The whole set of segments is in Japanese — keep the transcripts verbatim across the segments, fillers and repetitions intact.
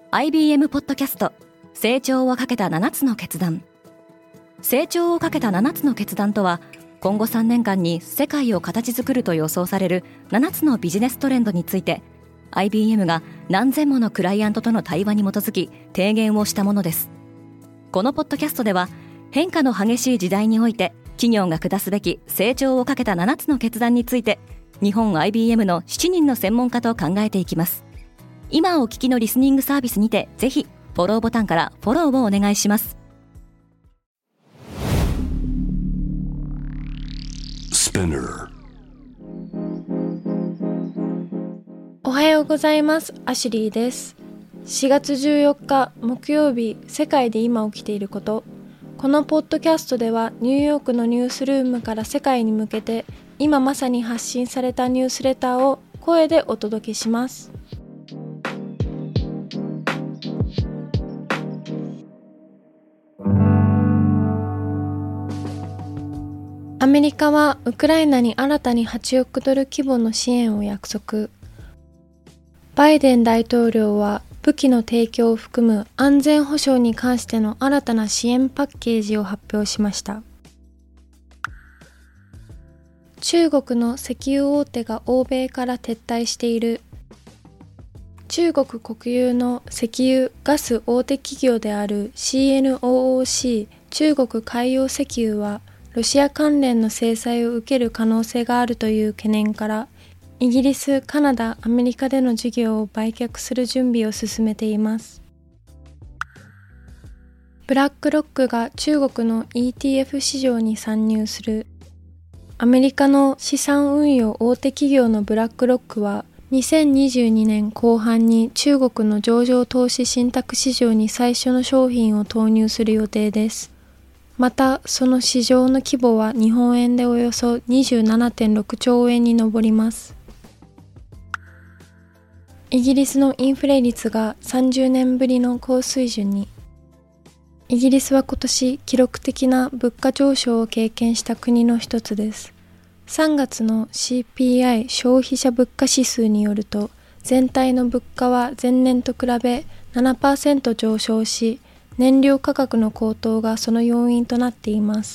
アイビーエム ポッドキャスト成長をかけたななつの決断。成長をかけたななつの決断とは、今後さんねんかんに世界を形作ると予想されるななつのビジネストレンドについて アイビーエム が何千ものクライアントとの対話に基づき提言をしたものです。このポッドキャストでは、変化の激しい時代において企業が下すべき成長をかけたななつの決断について、日本 アイビーエム のしちにんの専門家と考えていきます。今お聞きのリスニングサービスにて、ぜひフォローボタンからフォローをお願いします。 おはようございます。アシュリーです。しがつじゅうよっか木曜日、世界で今起きていること。このポッドキャストでは、ニューヨークのニュースルームから世界に向けて今まさに発信されたニュースレターを声でお届けします。アメリカはウクライナに新たにはちおくドル規模の支援を約束。バイデン大統領は武器の提供を含む安全保障に関しての新たな支援パッケージを発表しました。中国の石油大手が欧米から撤退している。中国国有の石油・ガス大手企業である シーエヌオーオーシー 中国海洋石油は、ロシア関連の制裁を受ける可能性があるという懸念から、イギリス、カナダ、アメリカでの事業を売却する準備を進めています。ブラックロックが中国の イーティーエフ 市場に参入する。アメリカの資産運用大手企業のブラックロックは、にせんにじゅうにねんこう半に中国の上場投資信託市場に最初の商品を投入する予定です。また、その市場の規模は日本円でおよそ にじゅうななてんろくちょうえんに上ります。イギリスのインフレ率がさんじゅうねんぶりの高水準に。イギリスは今年記録的な物価上昇を経験した国の一つです。さんがつの シーピーアイ 消費者物価指数によると、全体の物価は前年と比べ ななパーセント 上昇し、燃料価格の高騰がその要因となっています。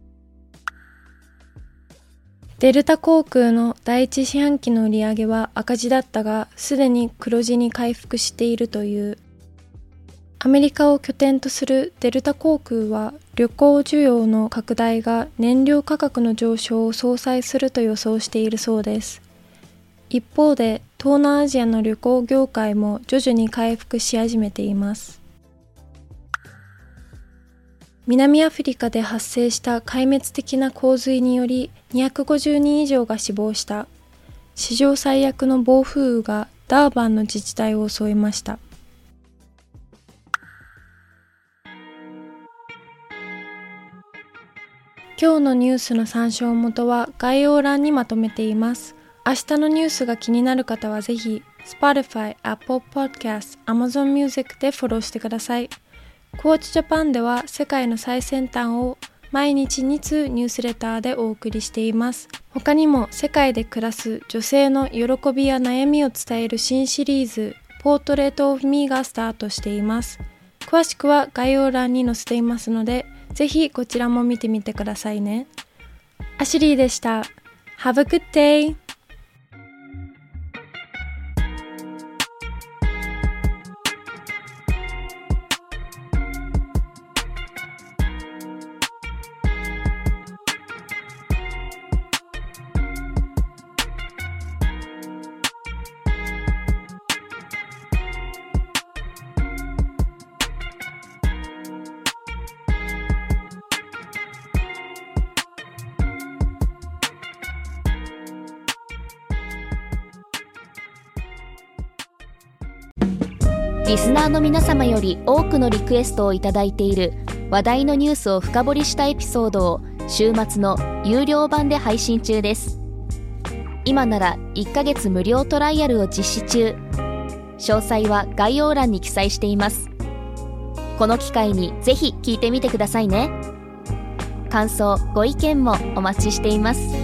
デルタ航空の第一四半期の売上は赤字だったが、すでに黒字に回復しているという。アメリカを拠点とするデルタ航空は、旅行需要の拡大が燃料価格の上昇を相殺すると予想しているそうです。一方で、東南アジアの旅行業界も徐々に回復し始めています。南アフリカで発生した壊滅的な洪水によりにひゃくごじゅうにん以上が死亡した。史上最悪の暴風雨がダーバンの自治体を襲いました。今日のニュースの参照元は概要欄にまとめています。明日のニュースが気になる方はぜひ Spotify、Apple Podcast、Amazon Music でフォローしてください。コーチジャパンでは世界の最先端を毎日につうニュースレターでお送りしています。他にも世界で暮らす女性の喜びや悩みを伝える新シリーズポートレートオフミーがスタートしています。詳しくは概要欄に載せていますので、ぜひこちらも見てみてくださいね。アシュリーでした。Have a good day! リスナーの皆様より多くのリクエストをいただいている話題のニュースを深掘りしたエピソードを週末の有料版で配信中です。今ならいっかげつ無料トライアルを実施中。詳細は概要欄に記載しています。この機会にぜひ聞いてみてくださいね。感想、ご意見もお待ちしています。